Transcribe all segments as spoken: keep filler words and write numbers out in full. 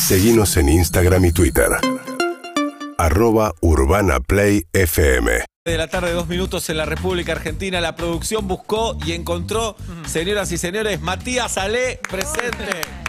Seguinos en Instagram y Twitter. Arroba Urbana Play F M. De la tarde, dos minutos en la República Argentina. La producción buscó y encontró, señoras y señores, Matías Ale presente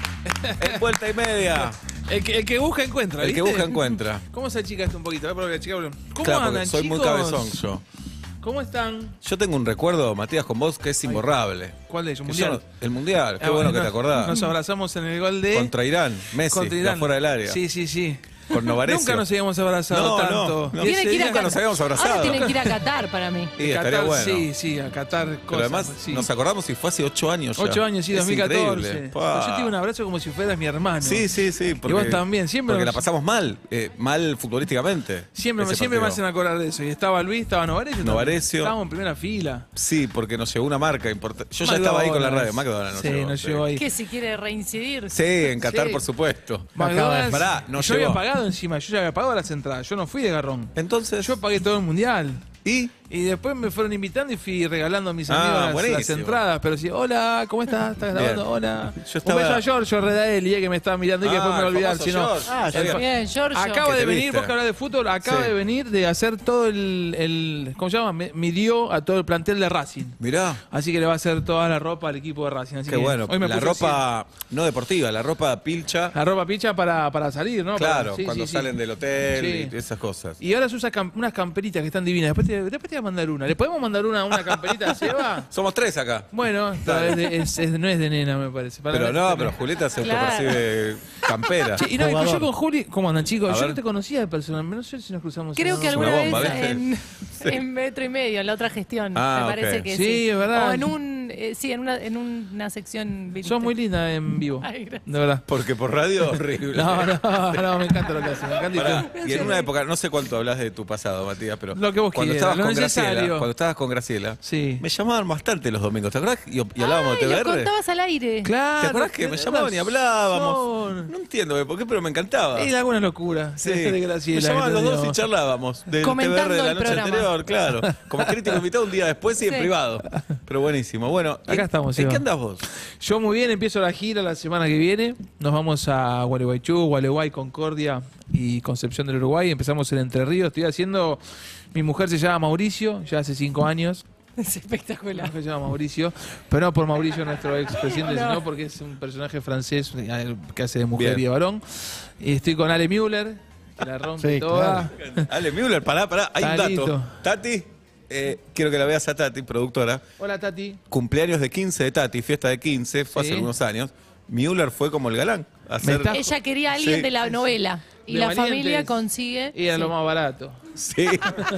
en vuelta y media. El que, el que busca encuentra, El ¿viste? que busca encuentra. ¿Cómo se achica esto un poquito? A ver, la chica, ¿cómo Claro, porque andan, soy chicos? muy cabezón yo. ¿Cómo están? Yo tengo un recuerdo, Matías, con vos que es imborrable. ¿Cuál de ellos? Que ¿Mundial? yo no- el Mundial, qué Ah, bueno que nos- te acordás. Nos abrazamos en el gol de... Contra Irán, Messi, contra de Irán. afuera del área. Sí, sí, sí. Con Novarecio. Nunca nos habíamos abrazado No, no, tanto. no. Y Tiene ese que ir a día- Nunca nos habíamos abrazado. Ahora tienen que ir a Qatar para mí. Y estaría Qatar, bueno. Sí, sí, a Qatar cosas. Pero además sí. nos acordamos si fue hace ocho años ya. Ocho años, sí, Es dos mil catorce. increíble. Pero Pa. yo te digo un abrazo como si fueras mi hermano. Sí, sí, sí. Porque, vos también, siempre Porque nos- la pasamos mal, eh, mal futbolísticamente. Siempre, me, ese siempre me partido. hacen acordar de eso. Y estaba Luis, estaba Novarecio. también. Novarecio. Estábamos en primera fila. Sí, porque nos llegó una marca importante. Yo ya estaba ahí con la radio, McDonald's. McDonald's. Sí, llegó, nos sí. llegó ahí. Que si quiere reincidir. Sí, en Qatar, Sí. por supuesto. McDonald's, Pará, no yo llegó. había pagado encima, yo ya había pagado las entradas, yo no fui de garrón. Entonces, Yo pagué todo el mundial. ¿y? Y después me fueron invitando y fui regalando a mis Ah, amigos las- las, buenísimo. entradas. Pero sí, hola, ¿cómo estás? ¿Estás grabando? Bien. Hola. Yo estaba- Un beso a Giorgio Redaeli, eh, que me estaba mirando y que Ah, después me lo el olvidar. famoso Si no, Giorgio. Ah, ya el- Bien, Giorgio. acaba Que de te venir, viste. vos que hablas de fútbol, acaba Sí. de venir de hacer todo el, el ¿cómo se llama? Me, midió a todo el plantel de Racing. Mirá. Así que le va a hacer toda la ropa al equipo de Racing. Así Qué que bueno. hoy me La puso ropa no deportiva, la ropa pilcha. así. La ropa picha para, para salir, ¿no? Claro, Para- sí, cuando sí, salen sí. del hotel Sí. y esas cosas. Y ahora se usa cam- unas camperitas que están divinas. Después te, después te voy a mandar una. ¿Le podemos mandar una, una camperita a Seba? Somos tres acá. Bueno, pero Dale. es de- es- es- no es de nena, me parece. Para Pero mí- no, pero Julieta se Claro. autopercibe campera. Sí, y no, y yo con Juli, ¿cómo andan, chicos? A Yo ver. no te conocía de persona, no sé si nos cruzamos. Creo en que algún- alguna bomba, vez ¿viste? en, en metro y medio, en la otra gestión. Ah, me parece ok. que Sí, sí. es verdad. O en un, eh, sí, en una, en una sección. viniste. Sos muy linda en vivo. Ay, gracias. De verdad. Porque por radio horrible. No, no, no, me encanta lo que haces. Me encanta. y Pará, todo. y en una época, no sé cuánto hablas de tu pasado, Matías, pero Lo que vos cuando quieras, estabas lo con Graciela, necesario. cuando estabas con Graciela, Sí. me llamaban bastante los domingos, ¿te acordás? Y, y hablábamos Ay, de lo T V R. contabas al aire. Claro. ¿Te acordás que me tenés llamaban y hablábamos? razón. No entiendo por qué, pero me encantaba. Y alguna locura. Sí, de Graciela, me llamaban que los te dos digo. y charlábamos del Comentando T V R de la el noche programa. anterior, claro. Como crítico invitado un día después y en Sí. privado. Pero buenísimo. Bueno, Acá ¿en- estamos, ¿En Eva. qué andás vos? Yo muy bien, empiezo la gira la semana que viene. Nos vamos a Gualeguaychú, Gualeguay, Concordia y Concepción del Uruguay. Empezamos en Entre Ríos. Estoy haciendo... Mi mujer se llama Mauricio, ya hace cinco años. Es Mi espectacular. mujer se llama Mauricio. Pero no por Mauricio, nuestro expresidente, No. sino porque es un personaje francés eh, que hace de mujer Bien. y de varón. Y estoy con Ale Müller, que la rompe Sí, toda. Ale Müller, pará, pará. Hay un Talito. dato. Tati, eh, quiero que la veas a Tati, productora. Hola, Tati. Cumpleaños de quince de Tati, fiesta de quince, fue Sí. hace algunos años. Müller fue como el galán. A hacer- está- Ella quería a alguien Sí. de la novela. Y De la Valientes. familia consigue. Y era sí. lo más barato. Sí.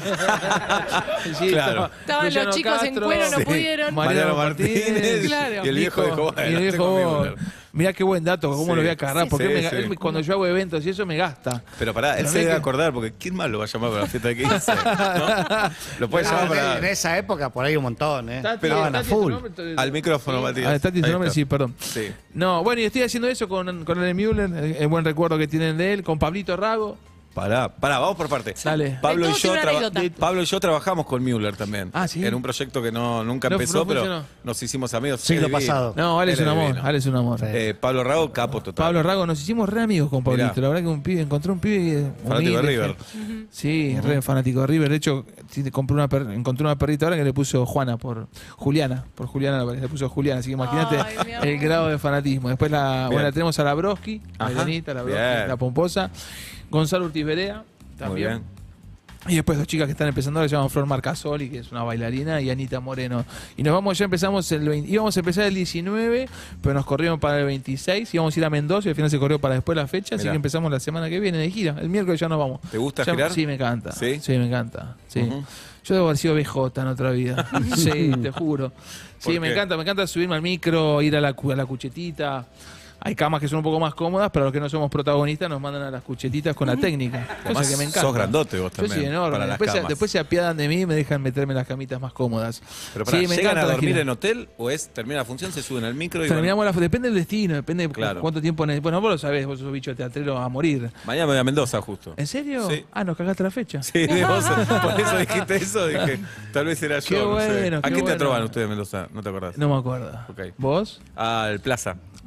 Sí, Claro. estaba Estaban los Luciano chicos en Castro, cuero, no Sí. pudieron. Mariano Martínez. Claro. Y el viejo dijo, bueno, y el viejo, estoy con Müller. mirá qué buen dato, cómo Sí. lo voy a cargar. Sí, Porque sí, él me- sí. él me- cuando yo hago eventos y eso me gasta. Pero pará, él Pero se no es debe que- acordar, porque ¿quién más lo va a llamar para la fiesta de quince? ¿No? Lo puede llamar Ah, para... en esa época, por ahí un montón, ¿eh? Tati, Estaban a Tati, ¿tu full. nombre? Al micrófono, Matías. Ah, Tati, su Ahí nombre, está. sí, perdón. Sí. No, bueno, y estoy haciendo eso con, con Ale Müller, el, el buen recuerdo que tienen de él, con Pablito Rago. Pará, pará, vamos por parte. Dale. Pablo De y, todo yo tiene una traba- anécdota. de- Pablo y yo trabajamos con Müller también. Ah, ¿sí? En un proyecto que no, nunca No- empezó, no pero funcionó. nos hicimos amigos. Siglo Es divino. pasado. No, Ale es un Era amor, divino. Ale es un amor. Eh, Pablo Rago, capo total. Pablo Rago, nos hicimos re amigos con Pablito. Mirá. La verdad que un pibe, encontré un pibe Fanático de humilde, River. fe- Sí, re fanático de River. De hecho, sí, compré una per- encontré una perrita ahora que le puso Juana por Juliana. Por Juliana le puso Juliana. Así que imagínate Ay, mi amor. el grado de fanatismo. Después la, Bien. bueno, la tenemos a la Broski, Ajá. la Melanita, la Broski, Bien. la Pomposa. Gonzalo Urtiz Berea, Muy también. bien. Y después dos chicas que están empezando, que se llaman Flor Marcasoli, que es una bailarina, y Anita Moreno. Y nos vamos, ya empezamos el veinte, íbamos a empezar el diecinueve, pero nos corrieron para el veintiséis, íbamos a ir a Mendoza y al final se corrió para después la fecha, así Mirá. que empezamos la semana que viene de gira. El miércoles ya nos vamos. ¿Te gusta Ya- girar? Sí, me encanta. ¿Sí? me encanta. Sí. Ujú. Yo debo haber sido B J en otra vida. Sí, te juro. Sí, ¿Por me qué? encanta, me encanta subirme al micro, ir a la, cu- a la cuchetita. Hay camas que son un poco más cómodas, pero los que no somos protagonistas nos mandan a las cuchetitas con la técnica. Cosa Además, que me encanta. sos grandote vos Yo soy también, enorme. para las Después, se, camas. después se apiadan de mí y me dejan meterme en las camitas más cómodas. Pero pará, sí, me ¿llegan encanta a la dormir gira. en hotel o es termina la función, se suben al micro y Terminamos la, depende del destino, depende de cu- Claro. cuánto tiempo... ne- Bueno, vos lo sabés, vos sos bicho teatrero a morir. van- mañana me voy a Mendoza justo? ¿En serio? Sí. Ah, nos cagaste la fecha. Sí, de vos, por eso dijiste eso, dije, tal vez era yo. Qué no sé. bueno, ¿A qué qué teatro bueno. van ustedes en Mendoza? ¿No te acordás? No me acuerdo. Ok. ¿Vos? Al Plaza.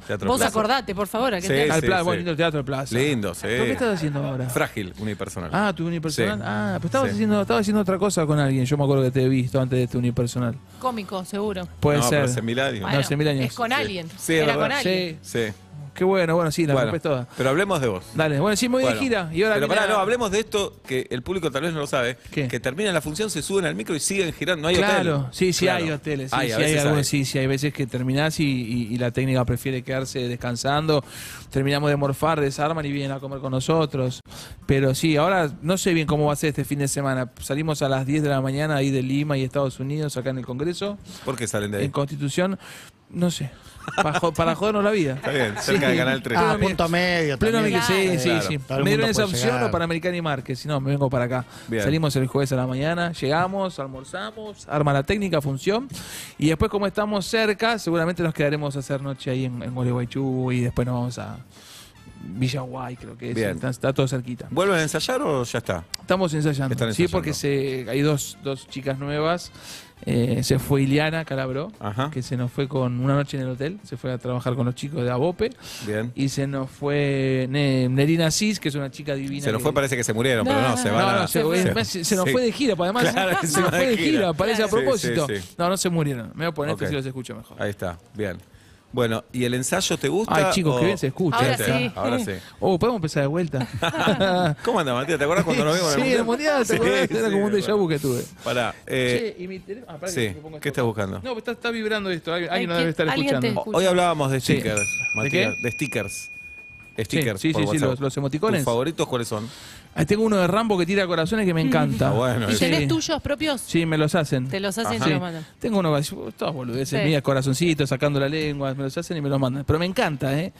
Teatro Vos Plaza. acordate, por favor. ¿a qué Sí, te- Al sí, Plaza, sí. bueno, lindo el Teatro de Plaza. Lindo, sí. ¿Pero qué estás haciendo ahora? Frágil, unipersonal. Ah, tu unipersonal. Sí. Ah, pues estabas Sí. haciendo, estabas haciendo otra cosa con alguien. Yo me acuerdo que te he visto antes de tu unipersonal. Cómico, seguro. Puede no, ser. pero hace mil años. Bueno. hace mil años. Es con Sí. alguien. Sí, es Era verdad. con alguien. Sí. Sí. Qué bueno, bueno, sí, la Bueno, rompes toda. pero hablemos de vos. Dale, bueno, sí, me voy Bueno, de gira. Y ahora pero viene pará, a- no, hablemos de esto que el público tal vez no lo sabe. ¿Qué? Que termina la función, se suben al micro y siguen girando. No hay Claro, hotel. sí, sí Claro. hay hoteles. Sí, Hay, sí a hay veces algunos, hay. sí, sí hay veces que terminás y, y- y la técnica prefiere quedarse descansando. Terminamos de morfar, desarman y vienen a comer con nosotros. Pero sí, ahora no sé bien cómo va a ser este fin de semana. Salimos a las diez de la mañana ahí de Lima y Estados Unidos, acá en el Congreso, ¿Por qué salen de ahí? en Constitución. No sé, para, jo- para jodernos la vida. Está bien, cerca de Canal tres. Ah, Pleno- punto medio Pleno también. Amique- sí, sí, Claro. sí. Todo el Me dieron mundo esa puede opción llegar. o para Americana y Márquez. Si no, me vengo para acá. Bien. Salimos el jueves a la mañana, llegamos, almorzamos, arma la técnica, función. Y después, como estamos cerca, seguramente nos quedaremos a hacer noche ahí en, en Gualeguaychú y después nos vamos a Villaguay, creo que es. Bien. Está, está todo cerquita. ¿Vuelven a ensayar o ya está? Estamos ensayando. Están Sí, ensayando. porque se, hay dos, dos chicas nuevas. Eh, se fue Ileana Calabró, Ajá. que se nos fue con una noche en el hotel. Se fue a trabajar con los chicos de Abope. Bien. Y se nos fue Ne- Nerina Cis, que es una chica divina. Se nos que- fue, parece que se murieron, pero no, se van No, a... no, se, se- se- se nos sí. fue de gira, pues además Claro, se encima nos fue de de gira. gira, parece a Sí, propósito. sí, sí. No, no se murieron. Me voy a poner Ok. esto si los escucho mejor. Ahí está, bien. Bueno, ¿y el ensayo te gusta? Ay, chicos, o- qué bien se escucha. Ahora ¿Viste? sí. Ahora sí. Oh, ¿podemos empezar de vuelta? ¿Cómo anda, Matías? ¿Te acuerdas cuando nos vimos en Sí, el el mundial, ¿te Sí, acordás? Era sí, como un me déjà vu que tuve. Pará, eh, Che, y mi teléfono. Ah, pará sí, que me pongo ¿qué esto. estás buscando? No, pues está, está vibrando esto. Alguien, Ay, alguien no ¿qué? debe estar Alguien te- escuchando. escucha. Hoy hablábamos de Sí. stickers, ¿De Matías. qué? De stickers. Sí, Stickers sí, por sí, sí, WhatsApp. los, los emoticones. ¿Tus favoritos cuáles son? Ahí tengo uno de Rambo que tira corazones que me encanta. Ah, bueno, ¿Y Sí. tenés tuyos propios? Sí, me los hacen. Te los hacen y Ajá. te Sí. los mandan. Tengo uno que todas boludeces Sí. mías, corazoncitos, sacando la lengua, me los hacen y me los mandan. Pero me encanta, ¿eh?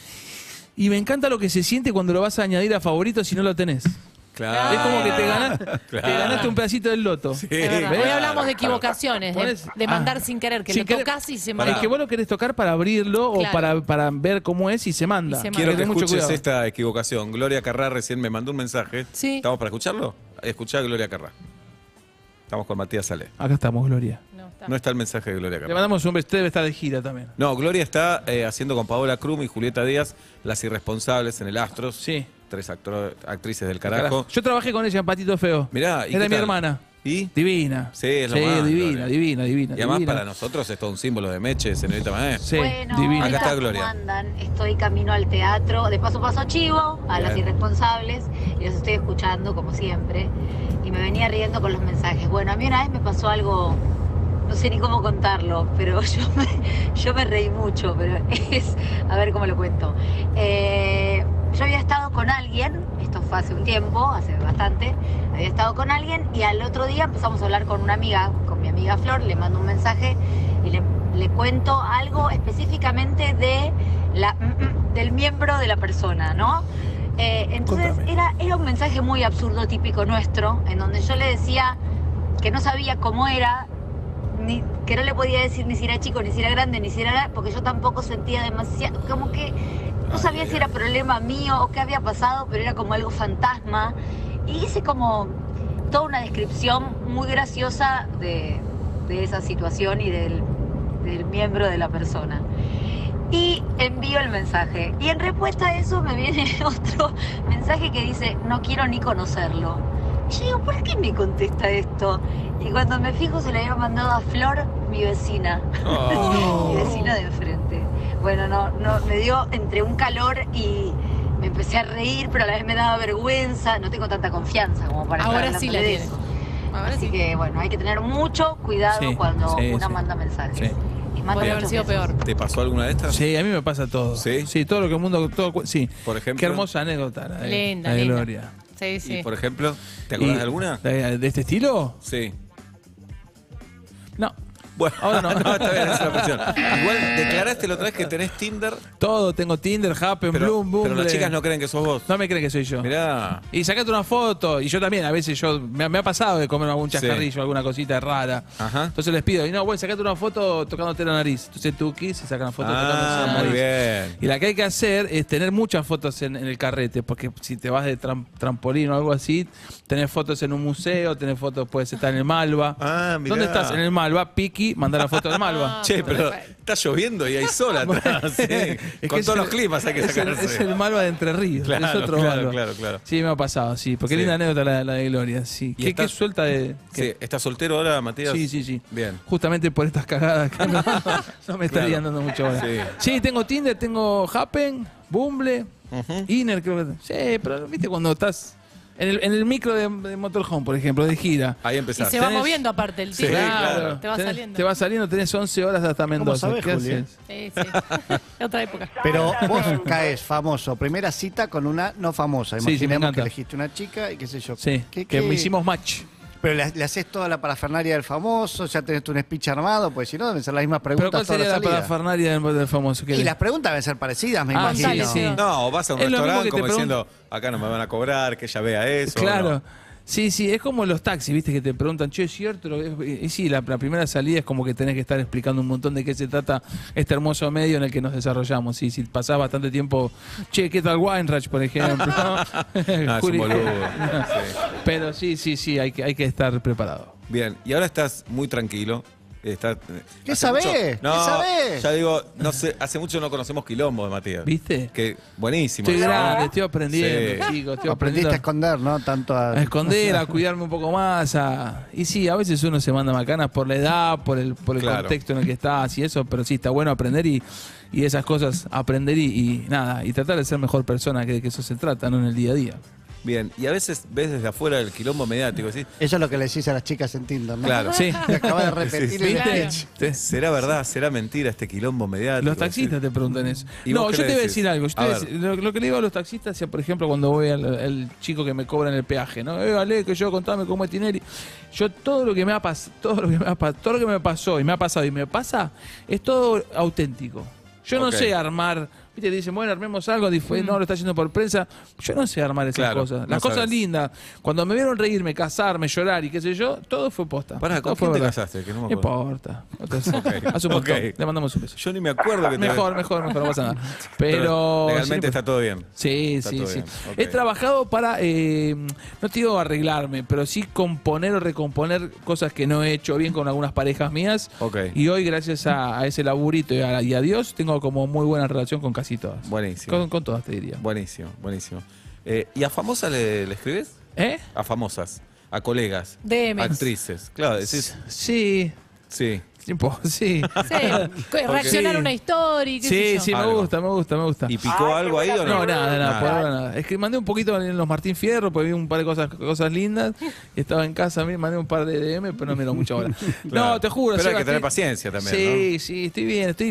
Y me encanta lo que se siente cuando lo vas a añadir a favoritos si no lo tenés. Claro. Es como que te, ganas, Claro. te ganaste un pedacito del loto. Sí, Es verdad. Hoy ¿ves? hablamos de equivocaciones, de, Ponés- de mandar ah, sin querer, que sin lo querer. tocas y se Pará. manda. Es que vos lo querés tocar para abrirlo Claro. o para, para ver cómo es y se manda. Y se Quiero manda. que Ten mucho escuches cuidado. esta equivocación. Gloria Carrá recién me mandó un mensaje. Sí. ¿Estamos para escucharlo? Escuchá a Gloria Carrá. Estamos con Matías Salé. Acá estamos, Gloria. No, está. No está el mensaje de Gloria Le Carrá. mandamos un beso, debe estar de gira también. No, Gloria está eh, haciendo con Paola Krum y Julieta Díaz Las Irresponsables en el Astros. Sí. Tres actro- actrices del carajo. Yo trabajé con ella en Patito Feo. Mirá, ¿y Era qué mi tal? hermana. ¿Y? Divina. Sí, es lo más, divina, Gloria. divina, divina, Y además divina. para nosotros es todo un símbolo de Meche, señorita Maé. Sí, Bueno, divina. Acá está ¿cómo Gloria. andan? Estoy camino al teatro, de paso paso chivo, a las Bien. irresponsables, y los estoy escuchando como siempre. Y me venía riendo con los mensajes. Bueno, a mí una vez me pasó algo, no sé ni cómo contarlo, pero yo me, yo me reí mucho, pero es, a ver cómo lo cuento. Eh, yo había estado con alguien, esto fue hace un tiempo, hace bastante, había estado con alguien y al otro día empezamos a hablar con una amiga, con mi amiga Flor, le mando un mensaje y le, le cuento algo específicamente de la, del miembro de la persona, ¿no? Eh, entonces Contame. era, era un mensaje muy absurdo, típico nuestro, en donde yo le decía que no sabía cómo era, ni, que no le podía decir ni si era chico, ni si era grande, ni si era... porque yo tampoco sentía demasiado, como que no sabía si era problema mío o qué había pasado, pero era como algo fantasma. Y hice como toda una descripción muy graciosa de, de esa situación y del, del miembro de la persona. Y envío el mensaje. Y en respuesta a eso me viene otro mensaje que dice, no quiero ni conocerlo. Y yo digo, ¿por qué me contesta esto? Y cuando me fijo se le había mandado a Flor, mi vecina. Oh. Mi vecina de enfrente. Bueno, no, no, me dio entre un calor y me empecé a reír, pero a la vez me daba vergüenza. No tengo tanta confianza como para estar Ahora sí la hablándole de tiene. eso. Ahora Así sí. que bueno, hay que tener mucho cuidado Sí, cuando sí, una sí. manda mensajes. Sí. Y manda Podría haber muchos sido besos. peor. ¿Te pasó alguna de estas? Sí, a mí me pasa todo. ¿Sí? Sí, todo lo que el mundo... Todo, cu- sí. Por ejemplo. Qué hermosa anécdota la de, Linda, la de linda. Gloria. Sí, sí. Y por ejemplo, ¿te acordás Y- de alguna? ¿De, de este estilo? Sí. No. Bueno, Ahora no. está bien, es una presión. Igual declaraste la otra vez que tenés Tinder, Todo, tengo Tinder, Happen, pero, Bloom, Boom. pero las chicas no creen que sos vos. No me creen que soy yo. Mirá. Y sacate una foto. Y yo también, a veces yo me, ha- me ha pasado de comer algún chascarrillo, alguna cosita rara. Ajá. Entonces les pido, y no, bueno, sacate una foto tocándote la nariz. Entonces Tuki se saca una foto tocándose Ah, la nariz. muy bien. Y la que hay que hacer es tener muchas fotos en, en el carrete, porque si te vas de tram- trampolín o algo así, tenés fotos en un museo, tenés fotos, puedes estar en el Malva. Ah, mirá. ¿Dónde estás? En el Malva, Piqui, Tuki, mandá la foto del Malva. Ah, Che, pero perfecto. está lloviendo y hay sol atrás. ¿sí? Es que Con es todos el- los climas hay que es el, sacarse. es el Malva de Entre Ríos. Claro, es otro claro, Malva. claro, claro. Sí, me ha pasado, sí. Porque Sí. linda anécdota la, la de Gloria, sí. ¿Y ¿Qué, estás- qué suelta de...? Sí, que- ¿estás soltero ahora, Matías? Sí, sí, sí. Bien. Justamente por estas cagadas que no, no me estarían dando mucho ahora. Sí. Sí. tengo Tinder, tengo Happen, Bumble, Inner, creo que. Sí, pero viste cuando estás en el, en el micro de, de Motorhome, por ejemplo, de gira. Ahí Y empezaste. se va Tenés- moviendo aparte el Sí, tío. claro. Te va Tenés- saliendo. Te va saliendo, tenés once horas hasta Mendoza. sabés, ¿Qué Juli? haces? Sí, sí. Otra época. Pero vos caes famoso. Primera cita con una no famosa. Sí, sí, me Imaginemos encanta. que elegiste una chica y qué sé yo. Sí, ¿Qué- que qué- me hicimos match. Pero le, le haces toda la parafernalia del famoso, ya tenés tu un speech armado, pues si no deben ser las mismas Pero preguntas ¿cuál toda sería la la salida. parafernalia del, del famoso? ¿Qué Y le- las preguntas deben ser parecidas, me Ah, imagino. sí, sí. No, vas a un Es lo mismo restaurante que te como pregun- diciendo, acá no me van a cobrar, que ella vea eso. Claro. ¿no? Sí, sí, es como los taxis, viste, que te preguntan, che, ¿es cierto? lo que-?" Y sí, la, la primera salida es como que tenés que estar explicando un montón de qué se trata este hermoso medio en el que nos desarrollamos. Sí, si pasás bastante tiempo, che, ¿qué tal Weinreich, por ejemplo? No, es un Juli- boludo. Sí. Pero sí, sí, sí, hay que, hay que estar preparado. Bien, y ahora estás muy tranquilo. Estás, ¿Qué hace sabés? mucho- ¿Qué No, sabés? ya digo, no sé, hace mucho no conocemos quilombo de Matías. ¿Viste? Que buenísimo. Estoy eso, ¿no? grande, estoy aprendiendo, Sí. chicos, estoy Aprendiste aprendiendo a esconder, ¿no? Tanto a... a esconder, a cuidarme un poco más. A... Y sí, a veces uno se manda macanas por la edad, por el, por el Claro. contexto en el que estás y eso, pero sí, está bueno aprender y, y esas cosas, aprender y, y nada, y tratar de ser mejor persona, que de que eso se trata, no en el día a día. Bien, y a veces ves desde afuera el quilombo mediático, ¿sí? Eso es lo que le decís a las chicas en Tinder, ¿no? Claro. Sí. Que acaba de repetir Sí, el sí. ¿Viste? speech. Te- ¿Será verdad? ¿Será mentira este quilombo mediático? Los taxistas te preguntan eso. ¿Y No, vos qué yo le te voy a decís? decir algo. Yo te A voy a ver. decir- lo, lo que le digo a los taxistas, si, por ejemplo, cuando voy al, al chico que me cobra en el peaje, ¿no? Eh, Ale, que yo contame cómo es Tinelli. Yo todo lo que me ha pasado, todo lo que me ha pa- todo lo que me pasó y me ha pasado y me pasa, es todo auténtico. Yo no Ok. sé armar, viste, te dicen, bueno, armemos algo, dif- no, lo está haciendo por prensa. Yo no sé armar esas Claro, cosas. no Las cosas sabes. lindas, cuando me vieron reírme, casarme, llorar y qué sé yo, todo fue posta. Pará, Todo ¿con fue quién te verdad. casaste? Que no me No acuerdo. importa. Entonces, a su montón. Ok. Le mandamos un beso. Yo ni me acuerdo que te Mejor, mejor, mejor, no pasa nada. Pero. legalmente sí, está todo bien. Sí, Está sí, todo sí. bien, ok. He trabajado para, eh, no te digo arreglarme, pero sí componer o recomponer cosas que no he hecho bien con algunas parejas mías. Ok. Y hoy, gracias a, a ese laburito y a, y a Dios, tengo como muy buena relación con casi todas. Buenísimo. Con, con todas, te diría. Buenísimo, buenísimo. Eh, ¿Y a famosas le, le escribes? ¿Eh? A famosas, a colegas, D Ms. actrices. Claro, decís, Sí. sí. Tipo, sí. Sí, reaccionar Sí. a una historia, qué sé Sí, yo. sí, me Algo. gusta, me gusta, me gusta. ¿Y picó algo ahí o no? No, nada, nada, por ahora nada. Es que mandé un poquito en los Martín Fierro, porque vi un par de cosas, cosas lindas. Y estaba en casa, me mandé un par de D M, pero no me dio mucha hora. Claro. No, te juro. Pero hay Seba, que tener estoy- paciencia también, Sí, sí, estoy bien, estoy...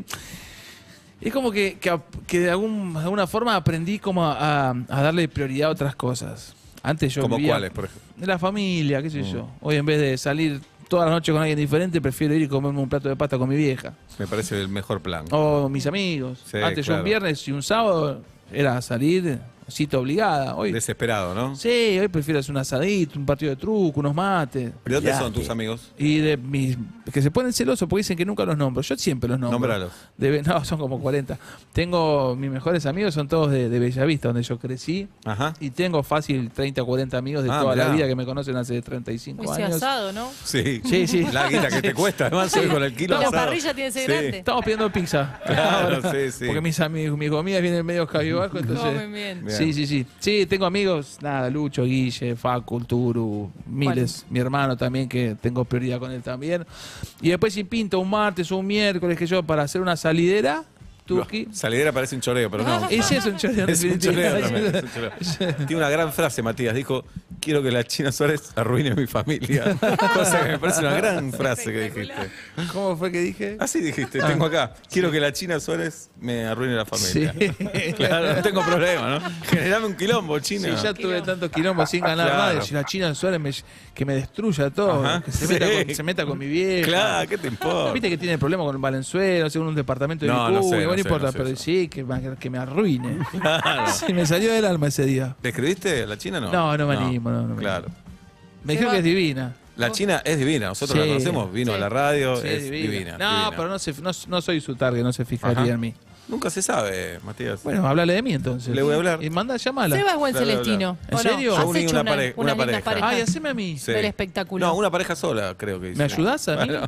Es como que, que, que de, algún, de alguna forma aprendí como a, a darle prioridad a otras cosas. Antes yo ¿Como vivía cuáles, por ejemplo? de la familia, qué sé Mm. yo. Hoy en vez de salir toda la noche con alguien diferente, prefiero ir y comerme un plato de pasta con mi vieja. Me parece el mejor plan. O mis amigos. Sí, Antes yo claro. un viernes y un sábado era salir, cita obligada. Hoy, Desesperado, ¿no? sí, hoy prefiero hacer un asadito, un partido de truco, unos mates. ¿De dónde Ya, son tus que- amigos? Y de mis. Que se ponen celosos porque dicen que nunca los nombro. Yo siempre los nombro. Nómbralos. De- no, son como cuarenta. Tengo. Mis mejores amigos son todos de, de Bellavista, donde yo crecí. Ajá. Y tengo fácil treinta o cuarenta amigos de Ah, toda la mirá. vida que me conocen hace treinta y cinco Ese años. asado, ¿no? Sí. Sí, sí. La guita que te cuesta, además, hoy con el kilo La asado. parrilla tiene que ser Sí. grande. Estamos pidiendo pizza. Claro, Ahora. sí, sí. Porque mis amigos, mis comidas vienen medio cabibajos, entonces. Comen bien. Bien. Sí, sí, sí. Sí, tengo amigos, nada, Lucho, Guille, Facu, Turu, miles. Mi hermano también, que tengo prioridad con él también. Y después si pinto un martes o un miércoles que yo para hacer una salidera, Tuki. Salidera parece un choreo, pero no. Ese es un choreo. Es un choreo también, es un choreo. Tiene una gran frase, Matías. Dijo, quiero que la China Suárez arruine mi familia. Cosa que me parece una gran frase que dijiste. ¿Cómo fue que dije? Así dijiste, tengo acá. Quiero que la China Suárez me arruine la familia. Sí. Claro, no tengo problema, ¿no? Generame un quilombo, Sí, China. ya tuve tantos quilombos sin ganar Claro. nada. Si la China Suárez me- que me destruya todo, Ajá, que se, sí. meta con, se meta con mi vieja. Claro, ¿qué te importa? Viste que tiene problemas con Valenzuela, según un departamento de No, mi no cubo, sé, y no bueno, no sé, importa, no sé pero eso. sí, que, me- que me arruine. Claro. Se me salió del alma ese día. ¿Le escribiste a la China no? No, no me animo, no, no me Claro. Me dijeron que es divina. La China es divina, nosotros Sí. la conocemos, vino Sí. a la radio, Sí, es divina. divina. No, divina. pero no, se, no, no soy su target, no se fijaría Ajá. en mí. Nunca se sabe, Matías. Bueno, háblale de mí entonces. Le voy a hablar. Y manda, llamala. Seba es buen Claro, celestino. ¿En ¿o no? serio? Has Yo uní hecho una una, pare- unas una lindas pareja. parejas Ay, haceme a mí. Sí. del espectáculo. No, una pareja sola, creo que hice. ¿Me ayudás a mí? Bueno,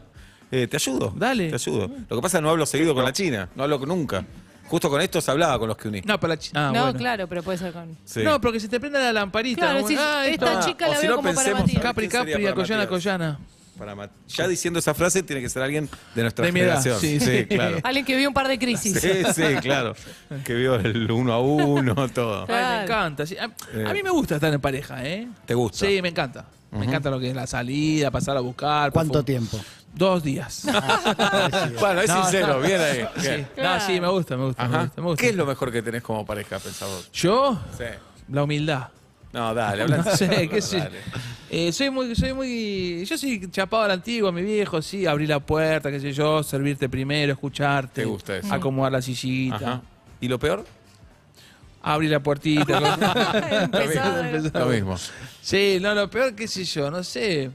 Eh, te ayudo. Dale. Te ayudo. Lo que pasa es que no hablo seguido con la China. No hablo nunca. Justo con estos hablaba con los que uní. No, para la chi- ah, no, bueno. claro, pero puede ser con. Sí. No, porque se te prende la lamparita. Claro, ¿no? sí, Ah, esta esto- chica o la si veo no, como para pensemos- Matías. Capri, ¿Quién sería Capri, para Acoyana, Matías? Acoyana. Para Ma- ya diciendo esa frase tiene que ser alguien de nuestra De mi edad, generación. sí, sí, sí. claro. Alguien que vio un par de crisis. Sí, sí, claro. Que vio el uno a uno, todo. Ay, me Claro. encanta. sí. A, Eh. a mí me gusta estar en pareja, ¿eh? ¿Te gusta? Sí, me encanta. Me encanta lo que es la salida, pasar a buscar. ¿Cuánto perfum- tiempo? Dos días. Bueno, es No, sincero, no. bien ahí. Bien. Sí. No, sí, me gusta, me gusta, me Ajá. gusta, me gusta. ¿Qué es lo mejor que tenés como pareja, pensador? Yo, Sí. la humildad. No, dale, habla. No sé, qué sé. Dale. Eh, soy muy, soy muy. Yo soy chapado a la antigua, mi viejo, sí, abrir la puerta, qué sé yo, servirte primero, escucharte. Te gusta eso. Acomodar la sillita. Ajá. ¿Y lo peor? Abrir la puertita. Empezado. Empezado. Lo mismo. Sí, no, lo peor, qué sé yo, no sé.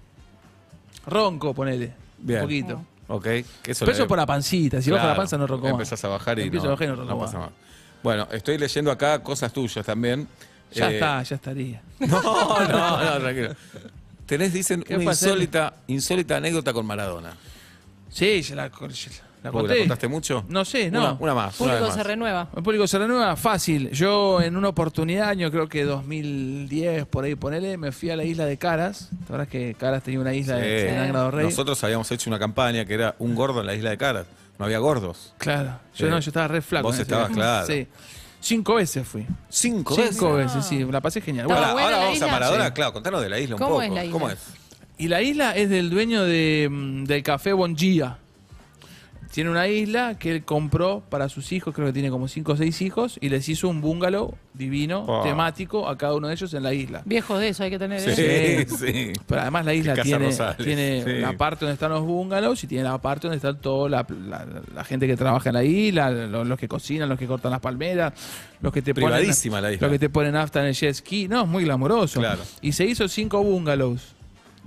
Ronco, ponele. Bien. Un poquito. Ok. Que eso Pero le- eso por la pancita. Si bajo Claro. la panza no ronco más. Empezás a bajar y Empiezo no, a bajar y no ronco no más. pasa más. Bueno, estoy leyendo acá cosas tuyas también. Ya Eh, está, ya estaría. No, no, no, tranquilo. Tenés, dicen, ¿Qué una fue hacer? insólita, insólita anécdota con Maradona. Sí, ya la, ya la ¿Vos conté. ¿La contaste mucho? No sé, no. Una, una más. una Público vez se más. renueva. El público se renueva fácil. Yo en una oportunidad, año creo que dos mil diez, por ahí ponele, me fui a la isla de Caras. La verdad es que Caras tenía una isla Sí. de en Ángel Rey. Nosotros habíamos hecho una campaña que era un gordo en la isla de Caras. No había gordos. Claro. Yo Sí. no, yo estaba re flaco. Vos en ese estabas, viaje. claro. Sí. Cinco veces fui. Cinco, Cinco veces. veces, sí. La pasé genial. Estaba Bueno, Ahora, buena ahora la vamos a isla? Maradona. Sí. Claro, contanos de la isla un ¿Cómo poco. es la isla? ¿Cómo es? y la isla es del dueño de, mm, del café Bongia. Tiene una isla que él compró para sus hijos, creo que tiene como cinco o seis hijos, y les hizo un bungalow divino, Oh. temático, a cada uno de ellos en la isla. Viejos de eso hay que tener. Sí, ¿eh? sí. sí. Pero además la isla Casa tiene, Rosales, tiene sí. la parte donde están los bungalows y tiene la parte donde está toda la, la- la gente que trabaja en la isla, los, los que cocinan, los que cortan las palmeras, los que te Privadísima ponen, la isla. los que te ponen nafta en el jet ski. No, es muy glamoroso. Claro. Y se hizo cinco bungalows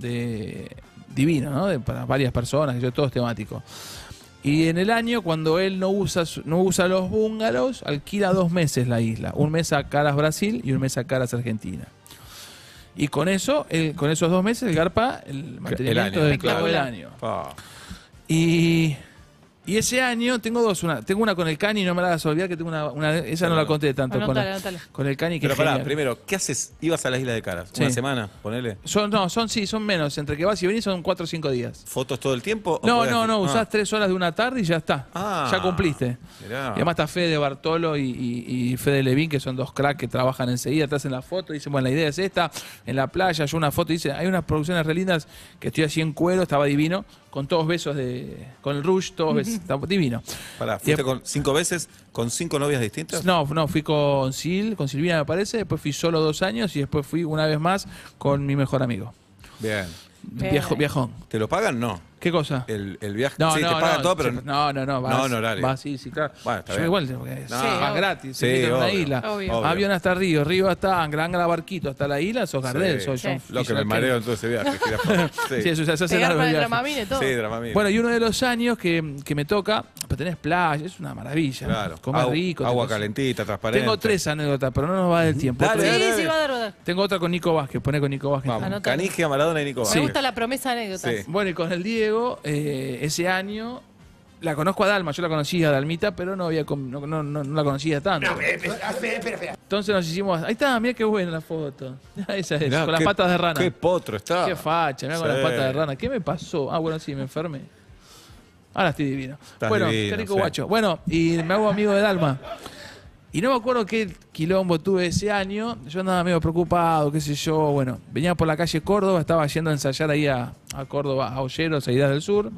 de divino, ¿no? De, para varias personas, que yo todos temáticos. Y en el año, cuando él no usa su- no usa los bungalows, alquila dos meses la isla. Un mes a Caras Brasil y un mes a Caras Argentina. Y con eso, él- con esos dos meses, el garpa el mantenimiento año, del clavo del claro. año. Pa. Y, y ese año tengo dos. Una, tengo una con el Cani, no me la hagas olvidar que tengo una. una- esa no la conté tanto. Con, Anótala, anótala. con el Cani, que Pero es pará, genial. primero, ¿qué haces? ¿Ibas a la isla de Caras? ¿Una Sí. semana? Ponele. Son, no, son sí, son menos. Entre que vas y venís son cuatro o cinco días. ¿Fotos todo el tiempo? o No, podés- no, no, Ah. usás tres horas de una tarde y ya está. Ah. Ya cumpliste. Mirá. Y además está Fede Bartolo y, y, y Fede Levín, que son dos cracks que trabajan enseguida, te hacen la foto, dicen, bueno, la idea es esta, en la playa, yo una foto, dice, hay unas producciones re lindas que estoy así en cuero, estaba divino, con todos besos de, con el rush, todos besos, está divino. Pará, ¿fuiste Y- con cinco veces con cinco novias distintas? No, no, fui con Sil, con Silvina me parece, después fui solo dos años y después fui una vez más con mi mejor amigo. Bien. Bien. Viejo, viajón. ¿Te lo pagan? No. ¿Qué cosa? El, el viaje. No, sí, no, te pagan no, todo, pero. se- no, no, no, vas, No, honorario. vas, sí, sí, claro. Bueno, está Yo bien. igual, porque es No. más Sí, gratis, Sí, se mete en una obvio. isla. Obvio. Obvio. Avión hasta Río, Río hasta Gran Gran Barquito, hasta la isla, sos Gardel, Sí. sos John Sí. Lo que me Fisher mareo en King. todo ese viaje. jirafa. Sí, Sí, eso se hace Pegar largo para el el viaje. Dramamine, todo. Sí, Dramamine. Bueno, y uno de los años que, que me toca, pues tenés playa, es una maravilla. Claro. Comer Agua- rico. Agua te- calentita, transparente. Tengo tres anécdotas, pero no nos va del tiempo. Dale, Otra- Sí, dale, sí, dale. va a dar, va a dar. Tengo otra con Nico Vázquez, poné con Nico Vázquez. Vamos. Anótalo. Canigia, Maradona y Nico Me Vázquez. gusta la promesa de anécdotas. Sí. Bueno, y con el Diego, eh, ese año, la conozco a Dalma, yo la conocía a Dalmita, pero no había com- no, no, no, no la conocía tanto. Entonces nos hicimos, ahí está, mira qué buena la foto. Esa es, Mirá, con las qué- patas de rana. Qué potro está. Qué facha, mira con Sí. las patas de rana. ¿Qué me pasó? Ah, bueno, sí, me enfermé. Ahora estoy divino. Estás bueno, divino, qué rico sí. guacho. Bueno, y me hago amigo de Dalma. Y no me acuerdo qué quilombo tuve ese año. Yo andaba medio preocupado, qué sé yo. Bueno, venía por la calle Córdoba, estaba yendo a ensayar ahí a, a Córdoba, a Olleros, a Ideas del Sur.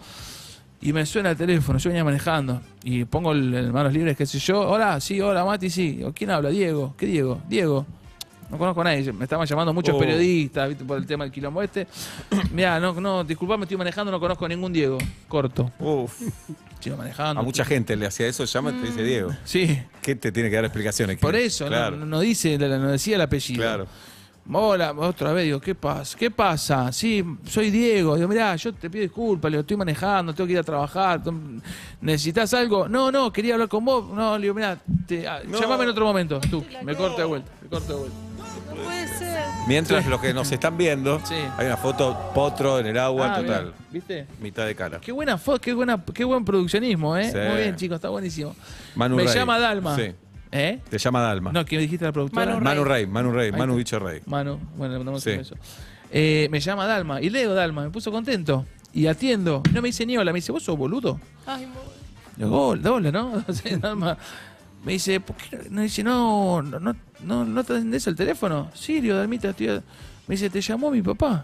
Y me suena el teléfono, yo venía manejando. Y pongo el, el manos libres, qué sé yo. Hola, sí, hola, Mati, sí. Digo, ¿quién habla? Diego. ¿Qué Diego? Diego. No conozco a nadie. Me estaban llamando muchos Oh. periodistas, ¿viste? Por el tema del quilombo este. Mirá, no, no, disculpame, estoy manejando, no conozco a ningún Diego. Corto. Uf. Sigo manejando. A mucha gente le hacía eso, llama y te dice Diego. Sí. ¿Qué te tiene que dar explicaciones? Por ¿Qué? eso, no- Claro. no, no dice, no decía el apellido. Claro. Hola, otra vez, digo, ¿qué pasa? ¿Qué pasa? Sí, soy Diego. Digo, mirá, yo te pido disculpas, le digo, estoy manejando, tengo que ir a trabajar. ¿Necesitas algo? No, no, quería hablar con vos. No, le digo, mirá, te, ah, No. llamame en otro momento. Tú, me corto de vuelta, me corto de vuelta. Puede ser. Mientras los que nos están viendo, Sí. hay una foto potro en el agua, Ah, total. bien, ¿viste? Mitad de cara. Qué buena foto, qué, buena, qué buen produccionismo, ¿eh? Sí. Muy bien, chicos, está buenísimo. Manu Me Rey. llama Dalma. Sí. ¿Eh? Te llama Dalma. No, que me dijiste la productora. Manu Manu Rey, Manu Rey, Ahí Manu está. Bicho Rey. Manu, bueno, le mandamos Sí. un beso. Eh, me llama Dalma y leo Dalma, me puso contento. Y atiendo. No me dice ni hola, me dice, ¿vos sos boludo? Ay, mo- Yo, hola, hola, ¿no? Sí, Dalma. Me dice, ¿por qué no? Me dice, no, no, no, no, ¿no te atendés el teléfono? Sirio, Dalmita, tío. Me dice, ¿te llamó mi papá?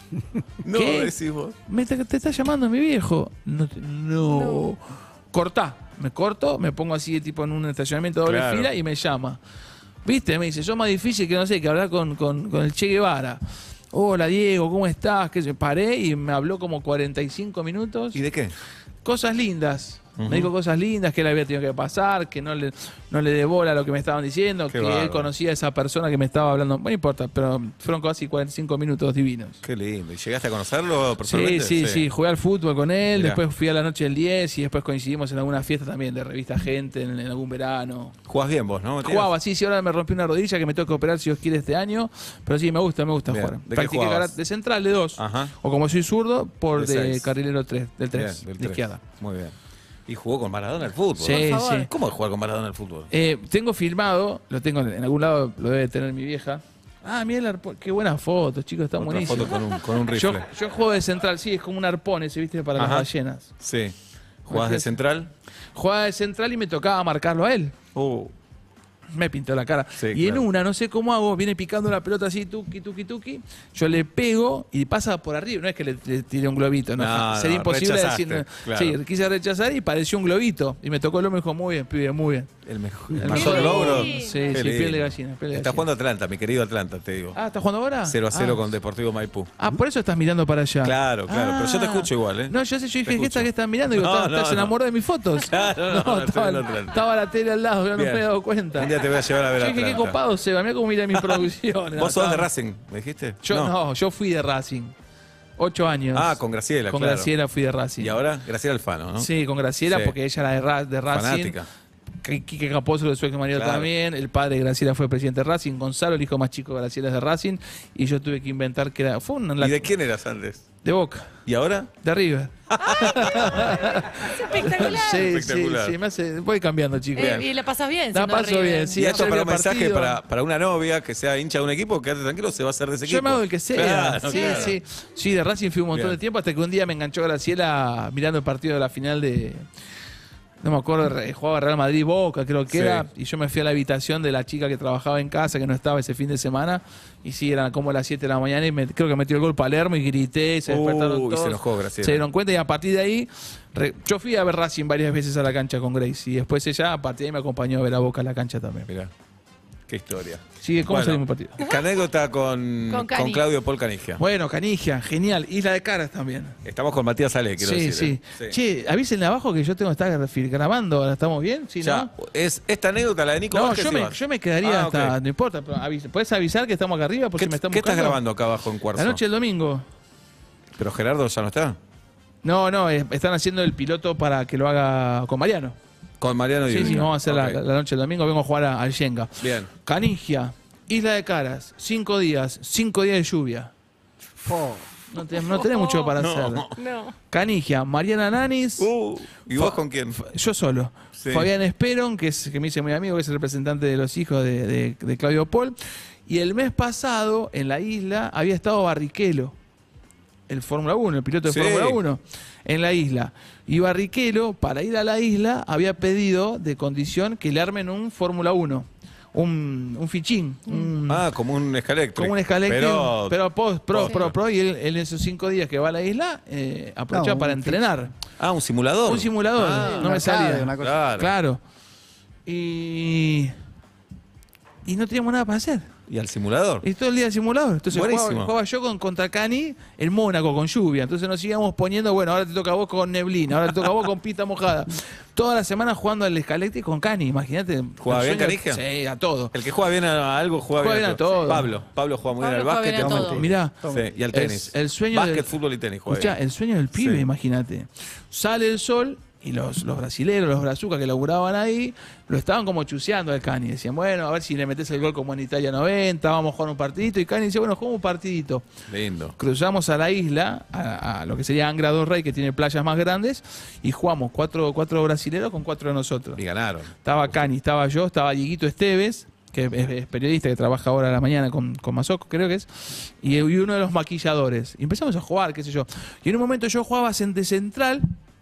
No, ¿Qué? decís vos. Me te, te está llamando mi viejo. No, te- no. Cortá. Me corto, me pongo así tipo en un estacionamiento de doble Claro. fila y me llama. ¿Viste? Me dice, yo más difícil que no sé, que hablar con, con, con el Che Guevara. Hola Diego, ¿cómo estás? Que paré y me habló como cuarenta y cinco minutos. ¿Y de qué? Cosas lindas. Ujú. Me dijo cosas lindas que él había tenido que pasar, que no le, no le dé bola a lo que me estaban diciendo, Qué que bárbaro. él conocía a esa persona que me estaba hablando. No importa, pero fueron casi cuarenta y cinco minutos divinos. Qué lindo. ¿Y llegaste a conocerlo Sí, personalmente? sí, sí, jugué al fútbol con él, Mirá. después fui a la noche del diez y después coincidimos en alguna fiesta también de revista Gente en, en algún verano. Jugás bien vos, ¿no? Matías? Jugaba, sí, sí, ahora me rompí una rodilla que me tengo que operar si Dios quiere este año, pero sí, me gusta, me gusta Bien. jugar. ¿De qué Practiqué jugabas? karate de central, de dos, Ajá. o como soy zurdo, por De de, seis. carrilero tres, del Bien, tres, del de tres. izquierda. Muy bien. Y jugó con Maradona al fútbol. Sí, ¿no? sí. ¿Cómo es jugar con Maradona al fútbol? Eh, tengo filmado, lo tengo en algún lado, lo debe tener mi vieja. Ah, mira el arpón, qué buenas fotos, chicos, está Otra buenísimo. foto con un, con un Yo, rifle. yo juego de central, sí, es como un arpón ese, viste, para Ajá. las ballenas. Sí. ¿Jugás de central? Jugaba de central y me tocaba marcarlo a él. Uh. Me pintó la cara. Sí, y claro. en una, no sé cómo hago, viene picando la pelota así, tuki, tuki, tuki. Yo le pego y pasa por arriba. No es que le, le tiré un globito, no. No, Sería no, imposible rechazaste, decir. claro. Sí, quise rechazar y pareció un globito. Y me tocó el hombro y me dijo, muy bien, pibe, muy bien. El mejor. El El mejor mayor logro. lindo. Sí, Qué sí, piel de lindo. gallina. Piel de Está gallina. jugando Atlanta, mi querido Atlanta, te digo. Ah, ¿estás jugando ahora? cero a cero Ah. con Deportivo Maipú. Ah, por eso estás mirando para allá. Claro, claro, pero yo te escucho igual, ¿eh? No, yo sé, yo Te dije, ¿qué escucho. estás que estás mirando? Y digo, No, ¿estás, no, estás no. enamorado de mis fotos? Claro, no, no, estoy estaba, en Atlanta. estaba la tele al lado, yo no Bien. me había dado cuenta. Un día te voy a llevar a ver Yo dije, qué Atlanta. copado, Seba, mira cómo mira mis producciones. ¿Vos sos de Estaba- Racing, me dijiste? Yo no. yo fui de Racing. Ocho años. Ah, con Graciela, Con claro. Graciela fui de Racing. Y ahora, Graciela Alfano, ¿no? Sí, con Graciela, Sí. porque ella era de, Ra- de Racing. Fanática. Qu- Quique Capozzo de su ex marido Claro. también. El padre de Graciela fue presidente de Racing. Gonzalo, el hijo más chico de Graciela, es de Racing. Y yo tuve que inventar que era. Fue una. ¿Y de quién eras antes? de Boca. ¿Y ahora? De River. Es espectacular. Sí, Espectacular. sí, sí. Me hace, voy cambiando, chicos. Eh, y la pasas bien. La siendo paso River. bien, sí. y esto ayer para vi un el mensaje partido. para, para una novia que sea hincha de un equipo, quédate tranquilo, se va a hacer de ese Yo equipo. me hago el que sea. Claro, sí, claro. sí. Sí, de Racing fui un montón Bien. de tiempo hasta que un día me enganchó Graciela mirando el partido de la final de. No me acuerdo, re- jugaba Real Madrid Boca, creo que Sí. era. Y yo me fui a la habitación de la chica que trabajaba en casa, que no estaba ese fin de semana. Y sí, eran como las siete de la mañana y me- creo que metió el gol Palermo y grité, se despertaron Uh, y todos. se enojó Graciela. Se dieron cuenta y a partir de ahí. re- yo fui a ver Racing varias veces a la cancha con Grace. Y después ella, a partir de ahí, me acompañó a ver a Boca a la cancha también. Mirá, qué historia. Sigue, ¿cómo Bueno, salimos el partido? ¿Qué anécdota con, Con con, Cani. Claudio Paul Canigia? Bueno, Canigia, genial. Isla de Caras también. Estamos con Matías Ale, quiero Sí, decir. sí, ¿eh? Che, avísenle abajo que yo tengo que estar fil- grabando. ¿Ahora estamos bien? ¿Sí, Ya, no? es esta anécdota, la de Nico No, Vázquez, yo se me, va. yo me quedaría Ah, hasta. ok. No importa, pero avisa. ¿Puedes avisar que estamos acá arriba? Porque ¿Qué, me están qué estás buscando? grabando acá abajo en Cuarzo? La noche del domingo. ¿Pero Gerardo ya no está? No, no, eh, están haciendo el piloto para que lo haga con Mariano. Con Mariano y Sí, sí, Ubica. vamos a hacer la- Ok. la, la noche del domingo. Vengo a jugar a- al Shenga. Bien. Canigia, Isla de Caras, cinco días, cinco días de lluvia. Po. No, te- no tenés mucho para No. hacer. No. Canigia, Mariana Nanis. Uh, ¿Y Fa- vos con quién? Yo solo. Sí. Fabián Esperon, que, es, que me dice muy amigo, que es el representante de los hijos de, de- de Claudio Paul. Y el mes pasado, en la isla, había estado Barrichello, el Fórmula uno, el piloto de Sí. Fórmula uno, en la isla. Y Barrichello, para ir a la isla, había pedido de condición que le armen un Fórmula uno, un, un fichín, un, Ah, como un escalectro. como un escalete, Pero, pero, pro, pro, Sí. pro, pro, y él, él en esos cinco días que va a la isla, eh, aprovecha No, para un entrenar. Ah, un simulador. Un simulador, Ah, no Un me arcade, salía. una cosa. Claro. Claro. Y. Y no teníamos nada para hacer. Y al simulador. Y todo el día de simulador. Entonces jugaba, Buenísimo. jugaba yo con, contra Cani en Mónaco con lluvia. Entonces nos íbamos poniendo, bueno, ahora te toca a vos con neblina, ahora te toca a vos con pista mojada. Toda la semana jugando al escalete con Cani, imagínate. ¿Jugaba El bien sueño- Canija? Sí, a todo. El que juega bien a algo juega, Juega bien a todo. Pablo. Pablo juega muy Pablo bien al juega básquet. bien a y al todo. fútbol. Mirá. Sí, y al tenis. Es el sueño Básquet, del- fútbol y tenis juega Escuchá, bien. el sueño del pibe, Sí. imagínate. Sale el sol Y los, los brasileros, los brazucas que laburaban ahí, lo estaban como chuseando al Cani. Decían, bueno, a ver si le metes el gol como en Italia noventa, vamos a jugar un partidito. Y Cani decía, bueno, jugamos un partidito. Lindo. Cruzamos a la isla, a, a lo que sería Angra do Rey, que tiene playas más grandes, y jugamos cuatro, cuatro brasileros con cuatro de nosotros. Y ganaron. Estaba Cani, estaba yo, estaba Dieguito Esteves, que es, es periodista, que trabaja ahora a la mañana con, con Mazoco, creo que es, y, y uno de los maquilladores. Y empezamos a jugar, qué sé yo. Y en un momento yo jugaba de central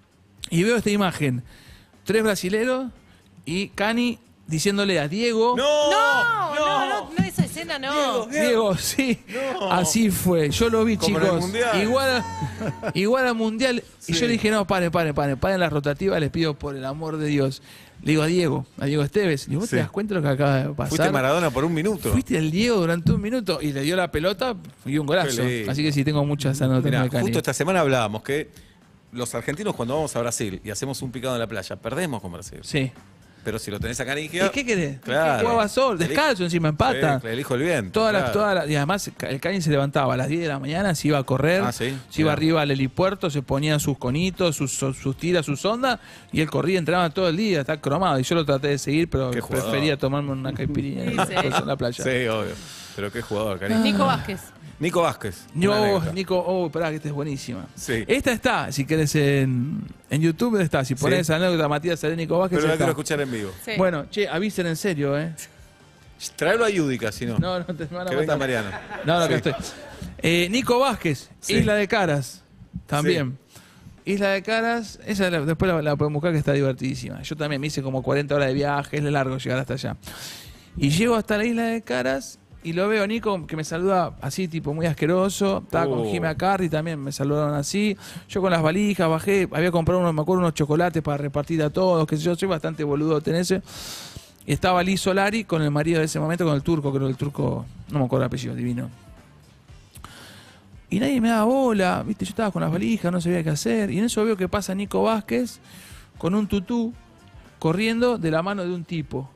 y veo esta imagen. Tres brasileros y Cani diciéndole a Diego... ¡No! No, no, no, no, esa escena no. Diego, sí, No. así fue. Yo lo vi, Como en el chicos. Mundial. Igual, a, igual al Mundial. Sí. Y yo le dije, no, paren, paren, paren. Paren la rotativa, les pido por el amor de Dios. Le digo a Diego, a Diego Esteves, y vos Sí. te das cuenta de lo que acaba de pasar. Fuiste Maradona por un minuto. Fuiste el Diego durante un minuto y le dio la pelota y un golazo. Qué lindo. Así que sí, tengo muchas anécdotas Mirá, de Cani. justo esta semana hablábamos que los argentinos cuando vamos a Brasil y hacemos un picado en la playa, perdemos con Brasil. Sí. Pero si lo tenés a Canigia... ¿Y qué querés? Claro. Jugaba sol, descalzo encima, empata. Sí, elijo el viento. Todas las, claro. todas las- y además el Cani se levantaba a las diez de la mañana, se iba a correr, Ah, ¿sí? se iba Mirá. arriba al helipuerto, se ponían sus conitos, sus, sus, sus tiras, sus ondas, y él corría, entraba todo el día, está cromado. Y yo lo traté de seguir, pero Qué jugador. prefería tomarme una caipirinha Sí, en, sí. en la playa. Sí, obvio. Pero qué jugador, Cani. Nico Vázquez. Nico Vázquez. una Yo, anécdota. Nico, oh, esperá, que esta es buenísima. Sí. Esta está, si querés, en, en YouTube está. Si ponés Sí. anécdota Matías Salé, Nico Vázquez, Pero la está. quiero escuchar en vivo. Sí. Bueno, che, avisen en serio, ¿eh? Tráelo a Yudica, si no. No, no te van a que venga matar. Mariano. No, no, que Sí. estoy. Eh, Nico Vázquez, Sí. Isla de Caras, también. Isla de Caras, esa la- después la, la pueden buscar, que está divertidísima. Yo también me hice como cuarenta horas de viaje, es largo llegar hasta allá. Y llego hasta la Isla de Caras y lo veo a Nico, que me saluda así, tipo muy asqueroso. Estaba Oh. con Jimmy Carri, también me saludaron así. Yo con las valijas bajé, había comprado unos, me acuerdo, unos chocolates para repartir a todos, que sé yo, soy bastante boludo en ese. Y estaba Liz Solari con el marido de ese momento, con el turco, creo que el turco, no me acuerdo el apellido, divino. Y nadie me daba bola, viste, yo estaba con las valijas, no sabía qué hacer. Y en eso veo que pasa Nico Vázquez con un tutú corriendo de la mano de un tipo.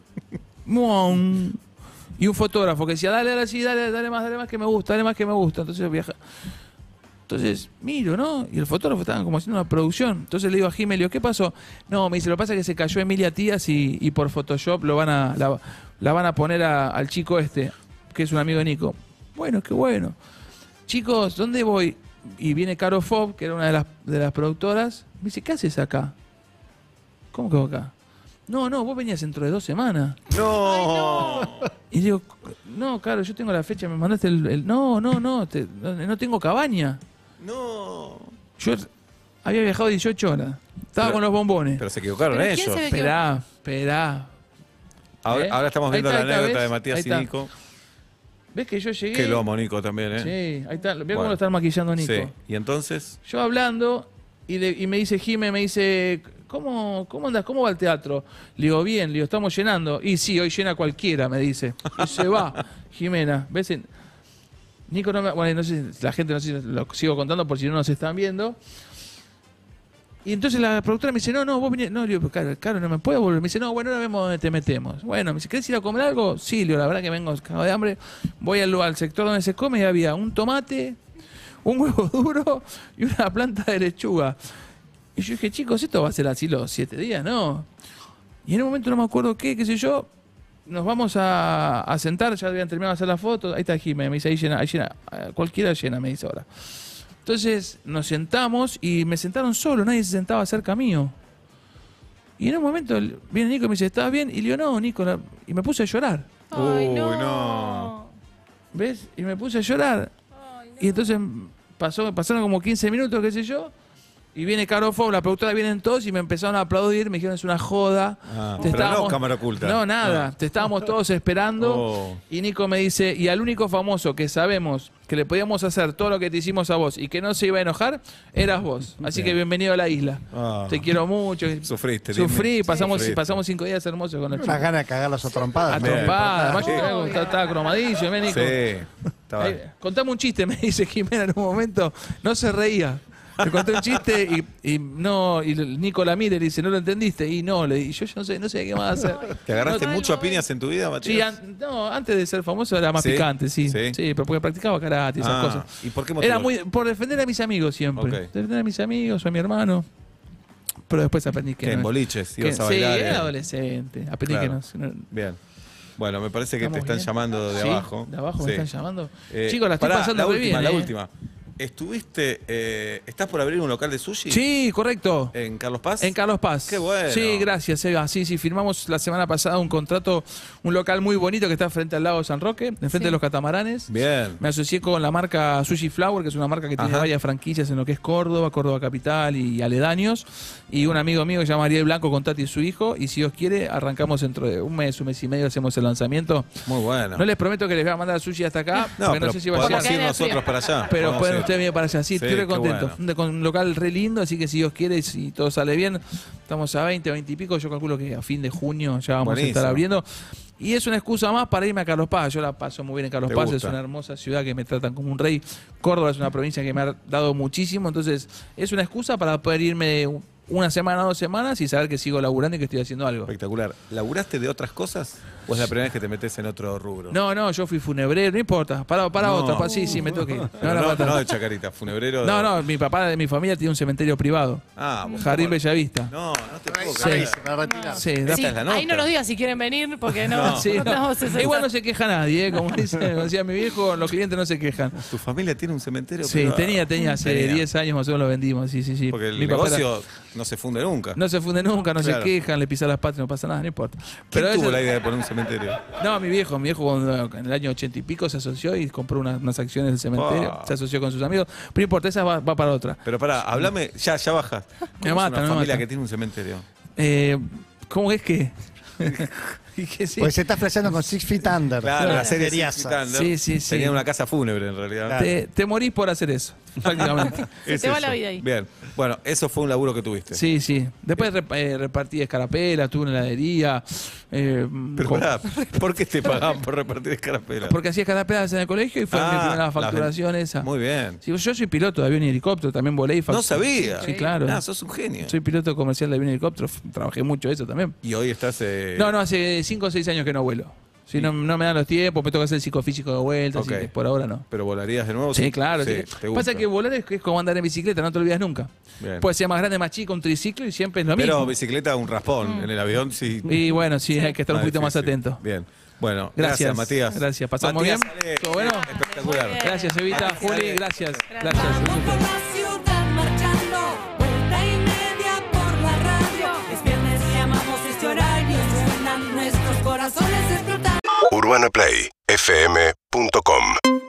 Muón. Y un fotógrafo que decía, dale, dale, sí, dale, dale más, dale más que me gusta, dale más que me gusta. Entonces viaja. Entonces miro, ¿no? Y el fotógrafo estaba como haciendo una producción. Entonces le digo a Jiménez, ¿qué pasó? No, me dice, lo que pasa es que se cayó Emilia Tías y, y por Photoshop lo van a, la, la van a poner a- al chico este, que es un amigo de Nico. Bueno, qué bueno. Chicos, ¿dónde voy? Y viene Caro Fob, que era una de las, de las productoras. Me dice, ¿qué haces acá? ¿Cómo que acá? No, no, vos venías dentro de dos semanas. No. Y digo, no, claro, yo tengo la fecha, me mandaste el... el- no, no, no, te- no, no tengo cabaña. No. Yo había viajado dieciocho horas. Estaba Pero- con los bombones. Pero se equivocaron ¿Pero quién ellos. se ve? Esperá, esperá. Ahora, ¿Eh? ahora estamos Ahí viendo está, la ahí está, anécdota ¿ves? de Matías Ahí y está. Nico. ¿Ves que yo llegué? Qué lomo, Nico, también, ¿eh? Sí, ahí está. Veo Bueno. cómo lo están maquillando Nico. Sí. Y entonces, Yo hablando y, le- y me dice Jime, me dice, ¿cómo, ¿cómo andas? ¿Cómo va el teatro? Le digo, bien, le digo, estamos llenando. Y sí, hoy llena cualquiera, me dice. Y se va, Jimena. ¿Ves? Nico no me... Bueno, no sé, la gente no sé si lo sigo contando por si no nos están viendo. Y entonces la productora me dice, no, no, vos venís... No, le digo, claro, claro, no me puedo volver. Me dice, no, bueno, ahora vemos dónde te metemos. Bueno, me dice, ¿querés ir a comer algo? Sí, le digo, la verdad que vengo cagado de hambre. Voy al, al sector donde se come y había un tomate, un huevo duro y una planta de lechuga. Y yo dije, chicos, esto va a ser así los siete días, ¿no? Y en un momento no me acuerdo qué, qué sé yo, nos vamos a, a sentar, ya habían terminado de hacer la foto, ahí está Jimé, me dice, ahí llena, ahí llena, eh, cualquiera llena, me dice ahora. Entonces nos sentamos y me sentaron solo, nadie se sentaba cerca mío. Y en un momento el- viene Nico y me dice, ¿estás bien? Y le digo, no, Nico, la-". y me puse a llorar, Ay, Uy, no. no. ¿ves? Y me puse a llorar. Ay, no. Y entonces pasó, pasaron como quince minutos, qué sé yo, y viene Caro Fob, la productora, vienen todos y me empezaron a aplaudir, me dijeron, es una joda. Ah, Te pero no estábamos- cámara oculta. No, nada, Ah. te estábamos todos esperando. Oh. Y Nico me dice, y al único famoso que sabemos que le podíamos hacer todo lo que te hicimos a vos y que no se iba a enojar, eras vos. Así Bien. que bienvenido a la isla. Ah. Te quiero mucho. Sufriste, Sufrí, dime. pasamos, Sufriste. pasamos cinco días hermosos con el Unas chico. ganas de cagarlos a trompadas. A Bien. trompada, además yo Obvio. creo que estaba, estaba cromadillo, ¿ves, Nico? Sí. Estaba- Ahí, contame un chiste, me dice Jimena en un momento. No se reía. Le conté un chiste y, y no, y Nico la mira y le dice, ¿no lo entendiste? Y no, le y yo ya no sé, no sé qué más hacer. ¿Te agarraste No, mucho a piñas en tu vida, Sí, Matías? an- no, antes de ser famoso era más ¿Sí? picante, sí. ¿Sí? Sí, pero porque practicaba karate y esas Ah, cosas. ¿y por qué motivo? Era muy por defender a mis amigos siempre. Ok. Defender a mis amigos, a mi hermano. pero después aprendí que Que en no. boliches que- ibas a sí, bailar. era eh. adolescente. Aprendí Claro. que no. no- Bien. Bueno, me parece que te ¿Estamos están bien? llamando de ¿Sí? abajo. ¿De abajo Sí. me están llamando? Eh, Chicos, la estoy pará, pasando la muy última, bien. La eh. última. ¿Estuviste, eh, estás por abrir un local de sushi? Sí, correcto. ¿En Carlos Paz? En Carlos Paz. Qué bueno. Sí, gracias, Eva. Sí, sí, firmamos la semana pasada un contrato, un local muy bonito que está frente al lago de San Roque, enfrente Sí. de los catamaranes. Bien. Me asocié con la marca Sushi Flower, que es una marca que tiene Ajá. varias franquicias en lo que es Córdoba, Córdoba Capital y aledaños. Y un amigo mío que se llama Ariel Blanco con Tati y su hijo. Y si Dios quiere, arrancamos dentro de un mes, un mes y medio, hacemos el lanzamiento. Muy bueno. No les prometo que les voy a mandar sushi hasta acá, No, porque pero no sé si va a podemos ser. ir Porque nosotros para allá. Pero Podemos pueden ir. ustedes venir para allá. Sí, Sí, estoy re qué contento. bueno. Un- Con un local re lindo, así que si Dios quiere, si todo sale bien, estamos a veinte, veinte y pico. Yo calculo que a fin de junio ya vamos Buenísimo. a estar abriendo. Y es una excusa más para irme a Carlos Paz. Yo la paso muy bien en Carlos ¿Te Paz. gusta? Es una hermosa ciudad que me tratan como un rey. Córdoba es una provincia que me ha dado muchísimo. Entonces, es una excusa para poder irme una semana, dos semanas y saber que sigo laburando y que estoy haciendo algo. Espectacular. ¿Laburaste de otras cosas? ¿O es la primera vez que te metes en otro rubro? No, no, yo fui funebrero, no importa. Para, para No. otra, para, sí, sí, me toqué. No, no, no de Chacarita, funebrero. de- No, no, mi papá de mi familia tiene un cementerio privado. Ah, vos- Jardín ¿cómo? Bellavista. No, no te puedo Sí. creer. Se va a retirar. Sí, Esta Sí, es la nota. ahí no nos digas si quieren venir, porque no, No. sí, no no. tenemos ese- Igual no se queja nadie, ¿eh? Como dice, como decía mi viejo, los clientes no se quejan. ¿Tu familia tiene un cementerio Sí, privado? tenía, tenía, hace Tenía. diez años más o menos lo vendimos, sí, sí, sí. Porque el Mi papá era- negocio no se funde nunca. no se funde nunca, no Claro. se quejan, le pisan las patas, no pasa nada, no importa. ¿Quién Pero tuvo ese- la idea de poner un cementerio? No, mi viejo, mi viejo cuando en el año ochenta y pico se asoció y compró una- unas acciones del cementerio, Oh. se asoció con sus amigos, pero no importa, esa va, va para otra. Pero pará, hablame, ya, ya baja. ¿Cómo Me es matan, una me familia matan. que tiene un cementerio? Eh, ¿Cómo es que? Y que sí. Pues se está flasheando con Six Feet Under. Claro, la serie Seriaza. Six Feet Under Sí, sí, sí. tenía una casa fúnebre en realidad. te, te morís por hacer eso, prácticamente. Se Es te va eso. la vida ahí. Bien, bueno, eso fue un laburo que tuviste. Sí, sí. Después rep- eh, repartí escarapelas, tuve una heladería. eh, Pero con- pará, ¿por qué te pagaban por repartir escarapelas? Porque hacía escarapelas en el colegio y fue mi Ah, primera la facturación ven- esa. Muy bien. Sí, yo soy piloto de avión y helicóptero, también volé y fac- No sabía. Sí, claro. Ah, sos un genio. Soy piloto comercial de avión y helicóptero, f- trabajé mucho eso también. Y hoy estás... eh, No, no, hace cinco o seis años que no vuelo. Si no, no me dan los tiempos, me toca hacer el psicofísico de vuelta, Ok. así que por ahora no. ¿Pero volarías de nuevo? Sí, claro. Sí, sí. te gusta. Pasa que volar es, es como andar en bicicleta, no te olvidas nunca. Bien. Puede ser más grande, más chico, un triciclo y siempre es lo Pero mismo. bicicleta, un raspón. En el avión sí. Y bueno, sí, hay que estar un más poquito más difícil. atento. Bien. Bueno, gracias, Gracias, Matías. gracias. ¿Pasamos Matías bien? Ale, ¿Todo bueno? Espectacular. Muy bien. Gracias, Evita, Gracias. Juli, gracias. Gracias. Gracias. Vamos por la ciudad marchando, vuelta y media por la radio. Es viernes y amamos este horario, suenan nuestros corazones explotan. UrbanaPlay F M punto com